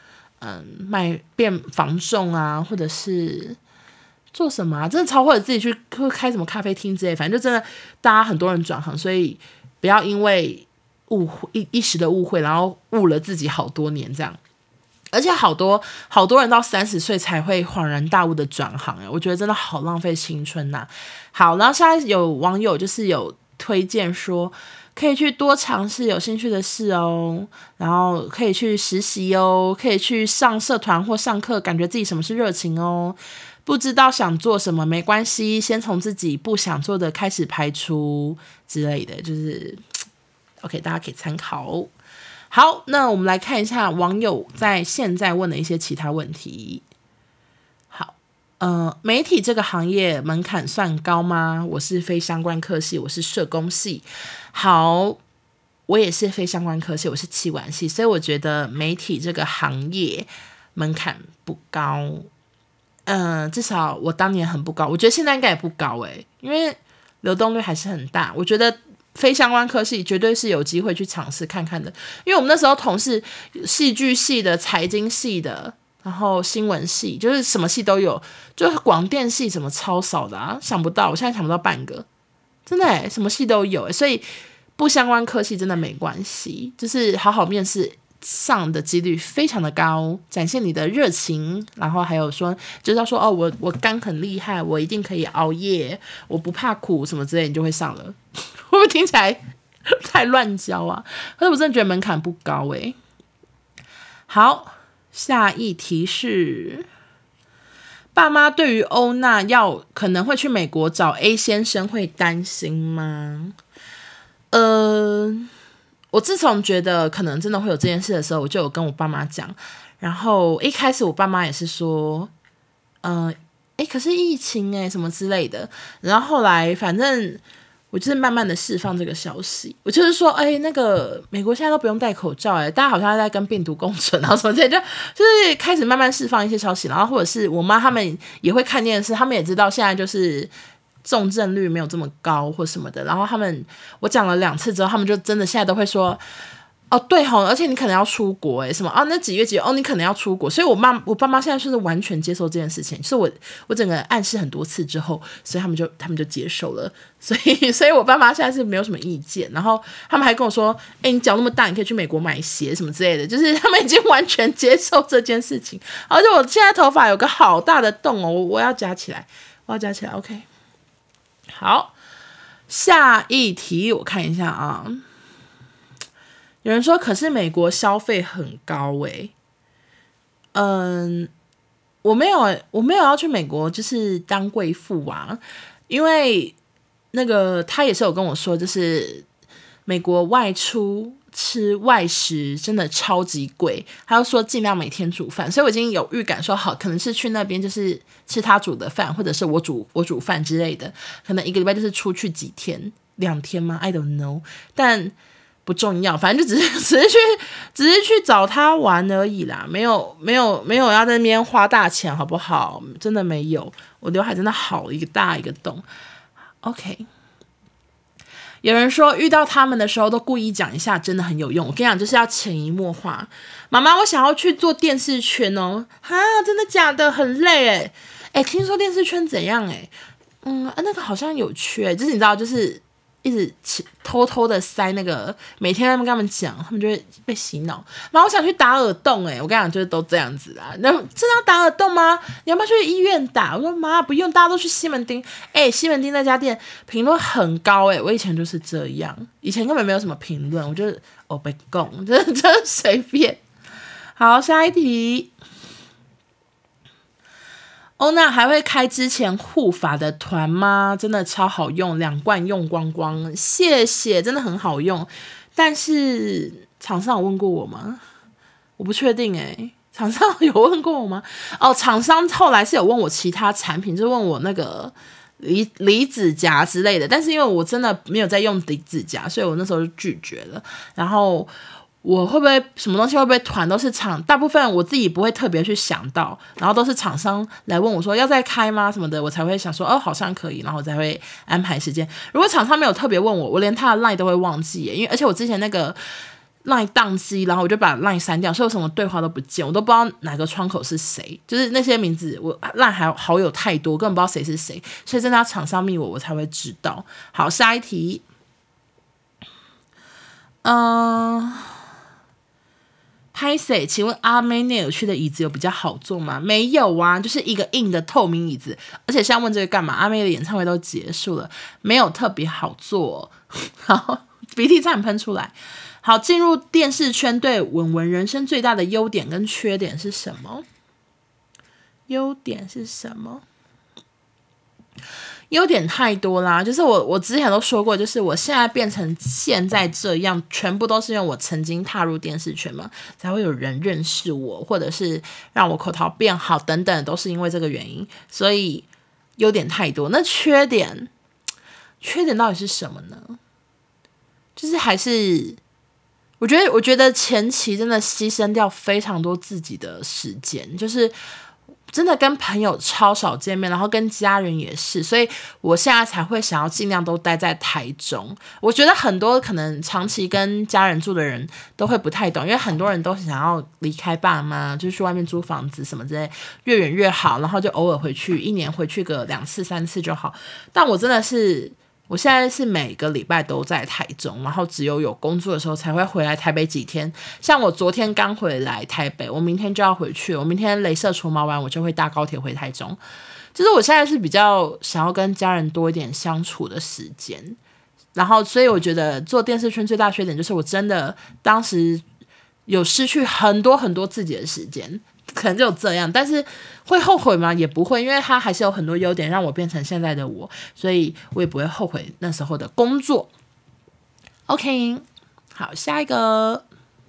变房仲啊，或者是做什么啊，真的超，或者自己去开什么咖啡厅之类，反正就真的大家很多人转行，所以不要因为一时的误会，然后误了自己好多年这样。而且好多人到30岁才会恍然大悟的转行，我觉得真的好浪费青春呐。好，然后现在有网友就是有推荐说，可以去多尝试有兴趣的事哦，然后可以去实习哦，可以去上社团或上课，感觉自己什么是热情哦。不知道想做什么没关系，先从自己不想做的开始排除之类的，就是 OK， 大家可以参考。好，那我们来看一下网友在现在问的一些其他问题。好，媒体这个行业门槛算高吗？我是非相关科系，我是社工系。好，我也是非相关科系，我是企管系，所以我觉得媒体这个行业门槛不高。至少我当年很不高，我觉得现在应该也不高因为流动率还是很大。我觉得非相关科系绝对是有机会去尝试看看的，因为我们那时候同事戏剧系的、财经系的，然后新闻系，就是什么系都有，就是广电系怎么超少的啊，想不到，我现在想不到半个，真的什么系都有所以不相关科系真的没关系，就是好好面试。上的几率非常的高，展现你的热情，然后还有说，就是要说哦，我肝很厉害，我一定可以熬夜，我不怕苦什么之类，你就会上了。会不会听起来太乱教啊？可是我真的觉得门槛不高好，下一题是，爸妈对于欧娜可能会去美国找 A 先生会担心吗？我自从觉得可能真的会有这件事的时候，我就有跟我爸妈讲。然后一开始我爸妈也是说，可是疫情什么之类的。然后后来反正我就是慢慢的释放这个消息，我就是说，那个美国现在都不用戴口罩大家好像在跟病毒共存，然后什么之类的，就是开始慢慢释放一些消息。然后或者是我妈他们也会看电视，他们也知道现在就是重症率没有这么高或什么的，然后我讲了2次之后，他们就真的现在都会说，哦对吼，而且你可能要出国什么那几月你可能要出国，所以我爸妈现在是完全接受这件事情，是我整个暗示很多次之后，所以他们就接受了，所以我爸妈现在是没有什么意见，然后他们还跟我说，你脚那么大，你可以去美国买鞋什么之类的，就是他们已经完全接受这件事情，而且我现在头发有个好大的洞我要夹起来，OK。好，下一题我看一下啊。有人说，可是美国消费很高我没有要去美国，就是当贵妇啊，因为那个他也是有跟我说，就是美国外出吃外食真的超级贵，他就说尽量每天煮饭，所以我已经有预感说好，可能是去那边就是吃他煮的饭，或者是我煮饭之类的，可能1个礼拜就是出去几天2天吗 I don't know， 但不重要，反正就只是去找他玩而已啦，没有要在那边花大钱好不好？真的没有，我刘海真的好一个大一个洞。OK， 有人说遇到他们的时候都故意讲一下，真的很有用。我跟你讲，就是要潜移默化。妈妈，我想要去做电视圈哦，真的假的？很累听说电视圈怎样那个好像有缺，就是你知道，就是一直偷偷的塞那个，每天跟他们讲，他们就会被洗脑。然后我想去打耳洞我跟你讲，就是都这样子啦。那真的要打耳洞吗？你要不要去医院打？我说妈不用，大家都去西门町。西门町那家店评论很高我以前就是这样，以前根本没有什么评论，我就被供，真的随便。好，下一题。欧娜还会开之前护发的团吗？真的超好用，2罐用光光，谢谢，真的很好用。 但是厂商有问过我吗？我不确定厂商有问过我吗？哦，厂商后来是有问我其他产品，就问我那个离子夹之类的，但是因为我真的没有在用离子夹，所以我那时候就拒绝了。然后我会不会什么东西会不会团都是大部分我自己不会特别去想到，然后都是厂商来问我说要再开吗什么的，我才会想说好像可以，然后我才会安排时间。如果厂商没有特别问我，我连他的 LINE 都会忘记因为而且我之前那个 LINE 宕机，然后我就把 LINE 删掉，所以我什么对话都不见，我都不知道哪个窗口是谁，就是那些名字我 LINE 还好友太多，根本不知道谁是谁，所以真的要厂商密我才会知道。好，下一题。拍谁？请问阿妹内尔区的椅子有比较好坐吗？没有啊，就是一个硬的透明椅子。而且现在问这个干嘛？阿妹的演唱会都结束了，没有特别好坐。好，鼻涕差点喷出来。好，进入电视圈对文文人生最大的优点跟缺点是什么？优点是什么？优点太多啦，就是我之前都说过，就是我现在变成现在这样，全部都是因为我曾经踏入电视圈嘛，才会有人认识我，或者是让我口条变好等等，都是因为这个原因。所以优点太多，那缺点到底是什么呢？就是还是我觉得前期真的牺牲掉非常多自己的时间，就是真的跟朋友超少见面，然后跟家人也是，所以我现在才会想要尽量都待在台中。我觉得很多可能长期跟家人住的人都会不太懂，因为很多人都想要离开爸妈，就是去外面租房子什么之类，越远越好，然后就偶尔回去，一年回去个2次3次就好。但我真的是我现在是每个礼拜都在台中，然后只有工作的时候才会回来台北几天。像我昨天刚回来台北，我明天就要回去，我明天雷射除毛完我就会搭高铁回台中。就是我现在是比较想要跟家人多一点相处的时间，然后所以我觉得做电视圈最大缺点就是我真的当时有失去很多很多自己的时间，可能就这样，但是会后悔吗？也不会，因为它还是有很多优点让我变成现在的我，所以我也不会后悔那时候的工作。OK， 好，下一个，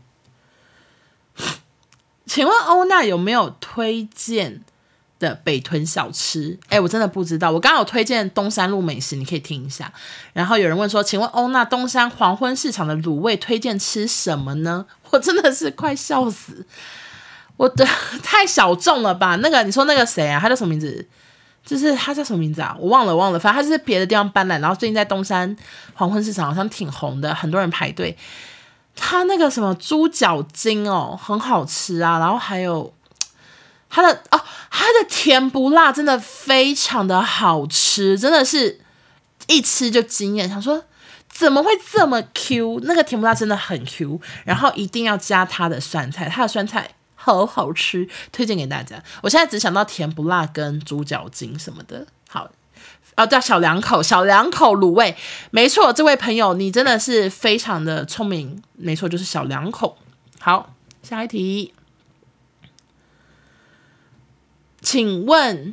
请问欧娜有没有推荐的北屯小吃？我真的不知道，我刚刚有推荐东山路美食，你可以听一下。然后有人问说，请问欧娜东山黄昏市场的卤味推荐吃什么呢？我真的是快笑死。我的太小众了吧？那个你说那个谁啊？他叫什么名字？就是他叫什么名字啊？我忘了。反正他就是别的地方搬来，然后最近在东山黄昏市场好像挺红的，很多人排队。他那个什么猪脚筋很好吃啊。然后还有他的甜不辣真的非常的好吃，真的是一吃就惊艳，想说怎么会这么 Q？ 那个甜不辣真的很 Q， 然后一定要加他的酸菜，他的酸菜好好吃，推荐给大家。我现在只想到甜不辣跟猪脚筋什么的。好，叫小两口卤味，没错，这位朋友你真的是非常的聪明，没错，就是小两口。好，下一题，请问，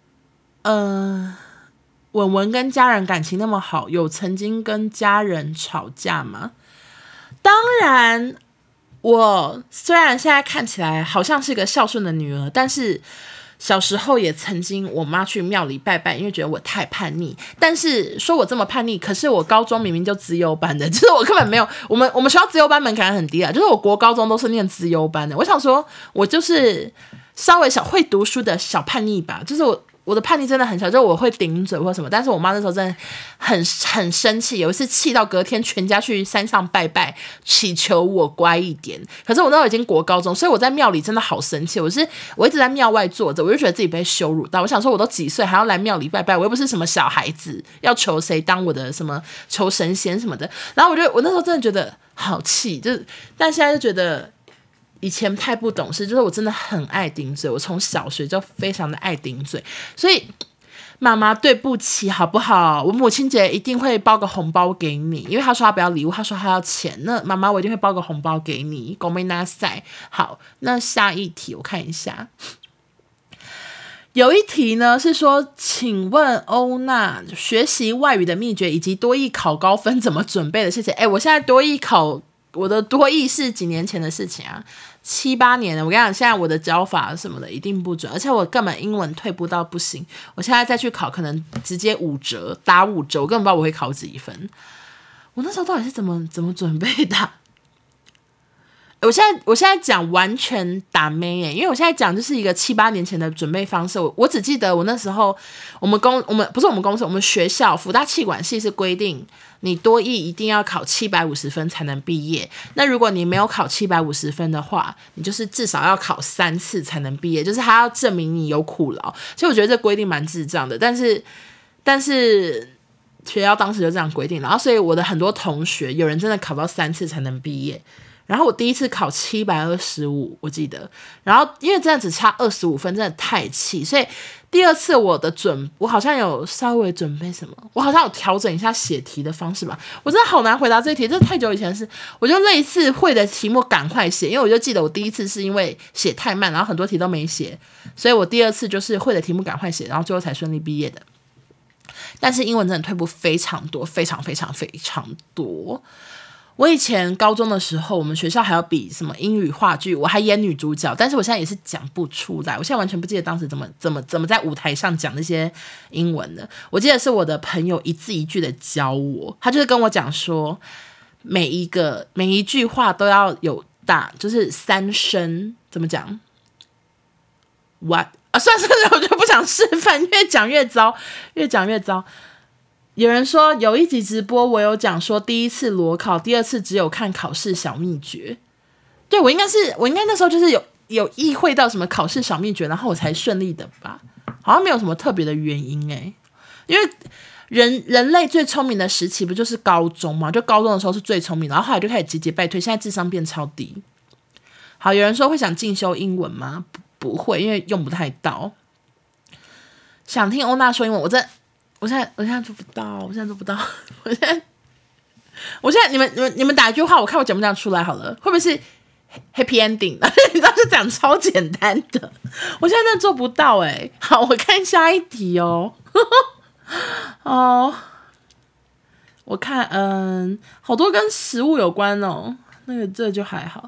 文文跟家人感情那么好，有曾经跟家人吵架吗？当然。我虽然现在看起来好像是个孝顺的女儿，但是小时候也曾经我妈去庙里拜拜，因为觉得我太叛逆。但是说我这么叛逆，可是我高中明明就资优班的，就是我根本没有我们学校资优班门槛很低啊，就是我国高中都是念资优班的。我想说我就是稍微会读书的小叛逆吧，就是我的叛逆真的很小，就是我会顶嘴或什么，但是我妈那时候真的很生气，有一次气到隔天全家去山上拜拜，祈求我乖一点。可是我那时候已经国高中，所以我在庙里真的好生气，我一直在庙外坐着，我就觉得自己被羞辱到。我想说我都几岁还要来庙里拜拜，我又不是什么小孩子，要求谁当我的什么求神仙什么的。然后我那时候真的觉得好气，但现在就觉得。以前太不懂事，就是我真的很爱顶嘴，我从小学就非常的爱顶嘴，所以妈妈对不起好不好？我母亲节一定会包个红包给你，因为她说她不要礼物，她说她要钱，那妈妈我一定会包个红包给你，ごめんなさい。好，那下一题我看一下， 有一题呢是说，请问欧娜学习外语的秘诀以及多益考高分怎么准备的？谢谢。我现在多益考，我的多益是几年前的事情啊，7、8年了。我跟你讲，现在我的教法什么的一定不准，而且我根本英文退步到不行。我现在再去考，可能直接5折，打5折，我根本不知道我会考几分。我那时候到底是怎么准备的？我现在讲完全打妹因为我现在讲就是一个7、8年前的准备方式。我只记得我那时候我们不是我们公司，我们学校辅大企管系是规定你多益一定要考750分才能毕业。那如果你没有考750分的话，你就是至少要考3次才能毕业，就是他要证明你有苦劳。所以我觉得这规定蛮智障的，但是学校当时就这样规定，然后所以我的很多同学有人真的考到3次才能毕业。然后我第一次考725，我记得，然后因为真的只差25分，真的太气，所以第二次我好像有稍微准备什么，我好像有调整一下写题的方式吧。我真的好难回答这一题，这太久以前的事，我就类似会的题目赶快写，因为我就记得我第一次是因为写太慢，然后很多题都没写，所以我第二次就是会的题目赶快写，然后最后才顺利毕业的。但是英文真的退步非常多，非常非常非常多。我以前高中的时候，我们学校还要比什么英语话剧，我还演女主角，但是我现在也是讲不出来。我现在完全不记得当时怎么在舞台上讲那些英文的。我记得是我的朋友一字一句的教我，他就是跟我讲说，每一句话都要有就是3声，怎么讲 ？What？ 算了，我就不想示范，越讲越糟。有人说有一集直播我有讲说第一次裸考，第二次只有看考试小秘诀。对，我应该那时候就是有意会到什么考试小秘诀，然后我才顺利的吧，好像没有什么特别的原因因为人类最聪明的时期不就是高中吗？就高中的时候是最聪明，然后后来就开始节节败退，现在智商变超低。好，有人说会想进修英文吗？不会，因为用不太到。想听欧娜说英文，我现在做不到，我现在你们打一句话，我看我讲不讲出来好了，会不会是 happy ending？ 你知道是讲超简单的，我现在真的做不到好，我看下一题哦。我看好多跟食物有关哦，这就还好。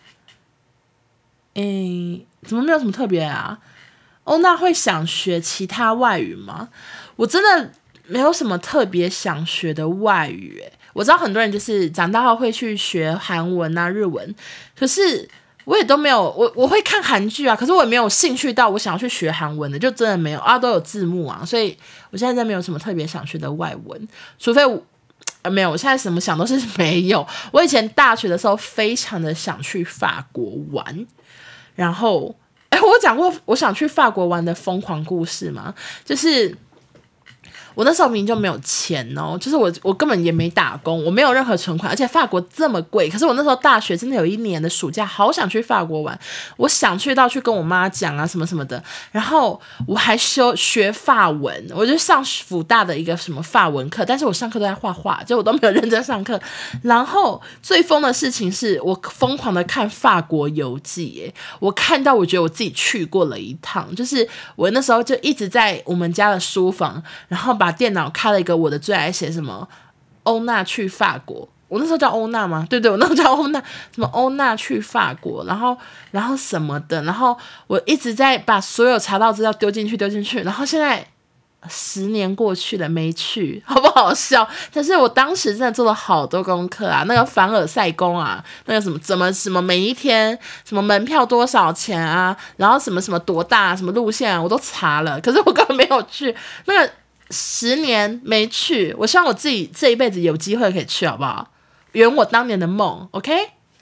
怎么没有什么特别啊？欧娜会想学其他外语吗？我真的没有什么特别想学的外语我知道很多人就是长大后会去学韩文啊、日文，可是我也都没有，我会看韩剧啊，可是我也没有兴趣到我想要去学韩文的，就真的没有啊，都有字幕啊，所以我现在真的没有什么特别想学的外文，除非没有，我现在什么想都是没有。我以前大学的时候非常的想去法国玩，然后我讲过我想去法国玩的疯狂故事吗？就是我那时候明明就没有钱就是我根本也没打工，我没有任何存款，而且法国这么贵。可是我那时候大学真的有1年的暑假，好想去法国玩，我想去到去跟我妈讲啊什么什么的。然后我还学法文，我就上辅大的一个什么法文课，但是我上课都在画画，就我都没有认真上课。然后最疯的事情是我疯狂的看法国游记我看到我觉得我自己去过了一趟，就是我那时候就一直在我们家的书房，然后把电脑开了一个我的最爱写什么欧娜去法国，我那时候叫欧娜吗？对，我那时候叫欧娜，什么欧娜去法国，然后什么的，然后我一直在把所有查到资料丢进去，然后现在10年过去了没去，好不好笑？但是我当时真的做了好多功课啊，那个凡尔赛宫啊，那个什么每一天什么门票多少钱啊，然后什么多大什么路线啊，我都查了，可是我根本没有去。那个10年没去，我希望我自己这一辈子有机会可以去，好不好？圆我当年的梦 ，OK？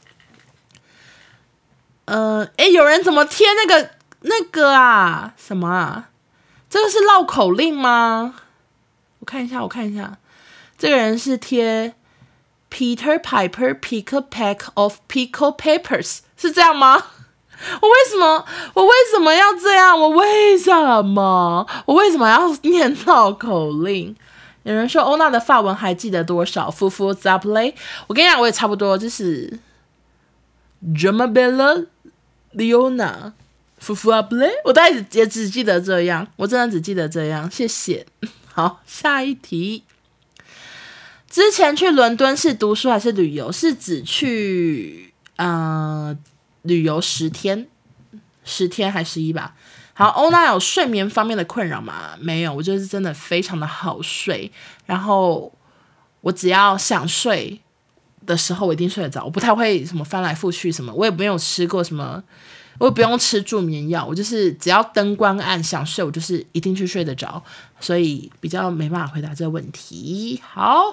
有人怎么贴那个啊？什么啊？这个是绕口令吗？我看一下，这个人是贴 Peter Piper pick a pack of pickled peppers， 是这样吗？我为什么要这样？我为什么要念绕口令？有人说欧娜的法文还记得多少？夫妇 Zaplay， 我跟你讲，我也差不多，就是 Jamabella Leona 夫妇啊不嘞，我大概也只记得这样，我真的只记得这样，谢谢。好，下一题。之前去伦敦是读书还是旅游？是指去旅游10天还11吧。好，欧娜有睡眠方面的困扰吗？没有，我就是真的非常的好睡，然后我只要想睡的时候，我一定睡得着，我不太会什么翻来覆去什么，我也没有吃过什么，我也不用吃助眠药，我就是只要灯光暗想睡，我就是一定去睡得着，所以比较没办法回答这个问题。好，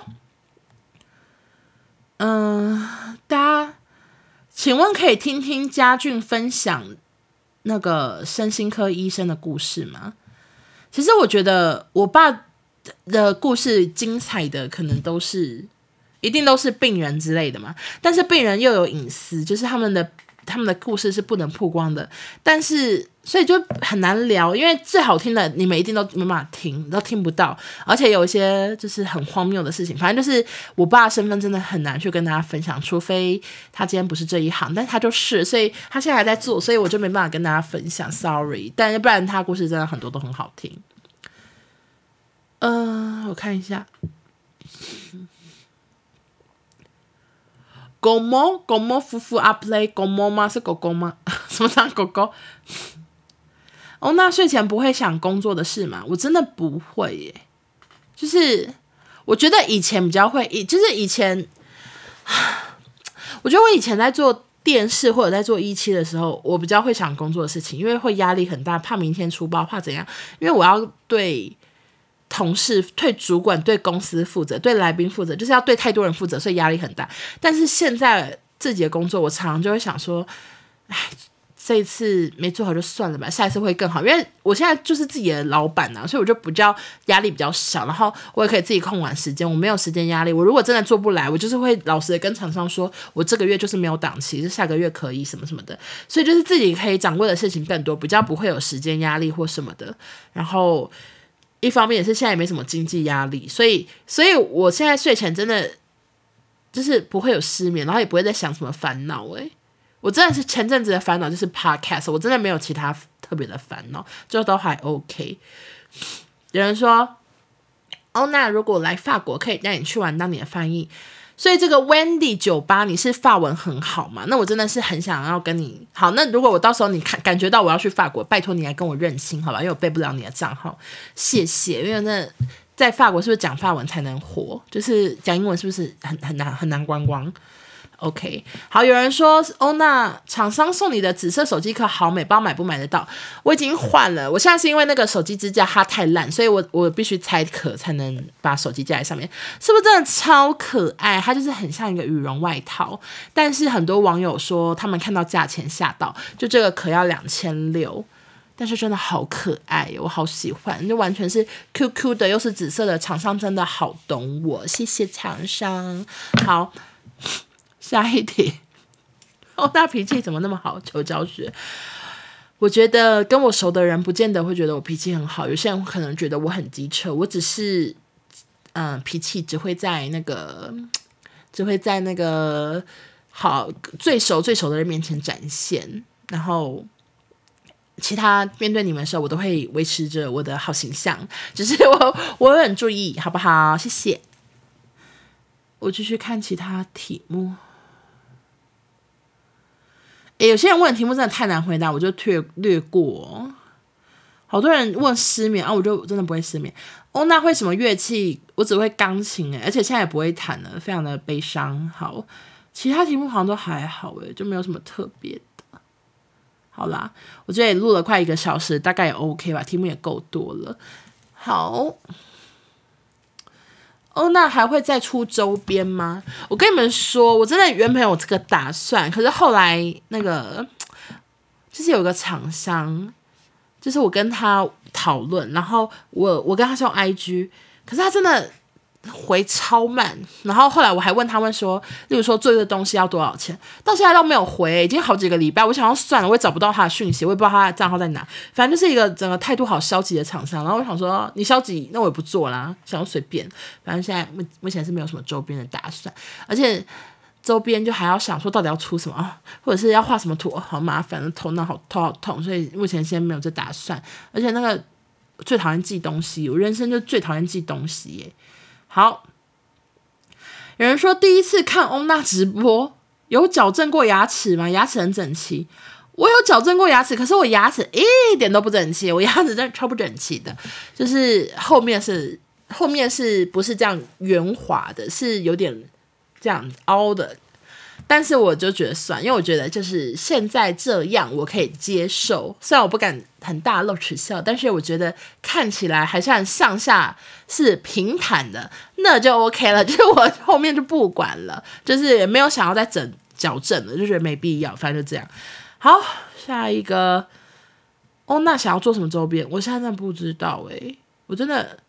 大家请问可以听听家俊分享那个身心科医生的故事吗？其实我觉得我爸的故事精彩的可能一定都是病人之类的嘛，但是病人又有隐私，就是他们的故事是不能曝光的，但是所以就很难聊，因为最好听的你们一定都没办法听，都听不到，而且有一些就是很荒谬的事情，反正就是我爸的身份真的很难去跟大家分享，除非他今天不是这一行，但是他就是，所以他现在还在做，所以我就没办法跟大家分享 ，sorry， 但要不然他的故事真的很多都很好听。我看一下。狗猫夫妇 play 狗猫吗？是狗狗吗？什么当狗狗？那睡前不会想工作的事吗？我真的不会耶。就是我觉得以前比较会，就是以前，我觉得我以前在做电视或者在做17的时候，我比较会想工作的事情，因为会压力很大，怕明天出包，怕怎样，因为我要对同事、对主管、对公司负责，对来宾负责，就是要对太多人负责，所以压力很大。但是现在自己的工作，我常常就会想说，这一次没做好就算了吧，下一次会更好。因为我现在就是自己的老板啊，所以我就比较压力比较小，然后我也可以自己控管时间，我没有时间压力。我如果真的做不来，我就是会老实的跟厂商说，我这个月就是没有档期，就下个月可以什么什么的。所以就是自己可以掌握的事情更多，比较不会有时间压力或什么的。然后一方面也是现在也没什么经济压力，所以我现在睡前真的就是不会有失眠，然后也不会在想什么烦恼。我真的是前阵子的烦恼就是 podcast， 我真的没有其他特别的烦恼，就都还 OK。有人说，那如果来法国可以带你去玩当你的翻译，所以这个 Wendy98 你是法文很好嘛？那我真的是很想要跟你好。那如果我到时候你感觉到我要去法国，拜托你来跟我认亲好吧？因为我背不了你的账号，谢谢。因为那在法国是不是讲法文才能活？就是讲英文是不是很难观光？OK， 好，有人说那厂商送你的紫色手机壳好美，不知道买不买得到？我已经换了，我现在是因为那个手机支架它太烂，所以我必须拆壳才能把手机架在上面。是不是真的超可爱？它就是很像一个羽绒外套，但是很多网友说他们看到价钱吓到，就这个壳要2600，但是真的好可爱，我好喜欢，就完全是 QQ 的，又是紫色的，厂商真的好懂我，谢谢厂商。好。下一题，那脾气怎么那么好？求教学。我觉得跟我熟的人不见得会觉得我脾气很好，有些人可能觉得我很机车。我只是，脾气只会在那个好最熟的人面前展现，然后其他面对你们的时候，我都会维持着我的好形象，只是我会很注意，好不好？谢谢。我继续看其他题目。有些人问的题目真的太难回答，我就略过。好多人问失眠我就真的不会失眠。那会什么乐器？我只会钢琴而且现在也不会弹了，非常的悲伤。好，其他题目好像都还好就没有什么特别的。好啦，我觉得也录了快1个小时，大概也 OK 吧，题目也够多了。好。那还会再出周边吗？我跟你们说，我真的原本有这个打算，可是后来那个就是有个厂商，就是我跟他讨论，然后我跟他是用 IG， 可是他真的回超慢，然后后来我还问他们说，例如说做这个东西要多少钱，到现在都没有回已经好几个礼拜。我想要算了，我也找不到他的讯息，我也不知道他的账号在哪，反正就是一个整个态度好消极的厂商。然后我想说，你消极，那我也不做啦，想要随便。反正现在目前是没有什么周边的打算，而且周边就还要想说到底要出什么或者是要画什么图，好麻烦，头好痛，所以目前先没有这打算。而且那个最讨厌记东西，我人生就最讨厌记东西耶。好，有人说第一次看欧娜直播有矫正过牙齿吗？牙齿很整齐。我有矫正过牙齿，可是我牙齿一点都不整齐，我牙齿真的超不整齐的，就是后面是不是这样圆滑的，是有点这样凹的。但是我就觉得算，因为我觉得就是现在这样我可以接受，虽然我不敢很大露齿笑，但是我觉得看起来还算上下是平坦的，那就 OK 了。就是我后面就不管了，就是也没有想要再矫正了，就觉得没必要，反正就这样。好，下一个欧娜想要做什么周边？我现在真的不知道我真的，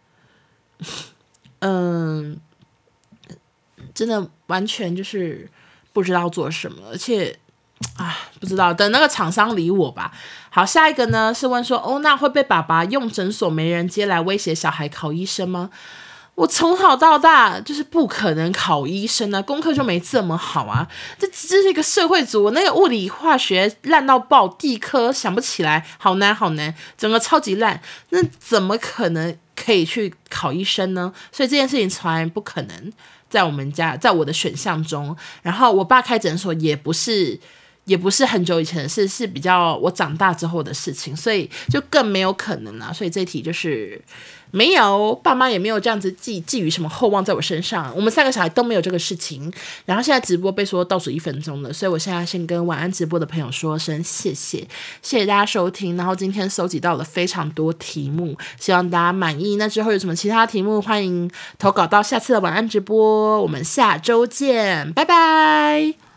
真的完全就是不知道做什么，而且不知道，等那个厂商理我吧。好，下一个呢是问说欧娜会被爸爸用诊所没人接来威胁小孩考医生吗？我从小到大就是不可能考医生啊，功课就没这么好啊。这是一个社会组，我那个物理化学烂到爆，地科想不起来，好难，整个超级烂，那怎么可能可以去考医生呢？所以这件事情从来不可能在我们家，在我的选项中。然后我爸开诊所也不是很久以前的事，是比较我长大之后的事情，所以就更没有可能啦。所以这一题就是没有，爸妈也没有这样子寄予什么厚望在我身上，我们3个小孩都没有这个事情。然后现在直播被说倒数1分钟了，所以我现在先跟晚安直播的朋友说声谢谢大家收听。然后今天收集到了非常多题目，希望大家满意。那之后有什么其他题目，欢迎投稿到下次的晚安直播，我们下周见，拜拜。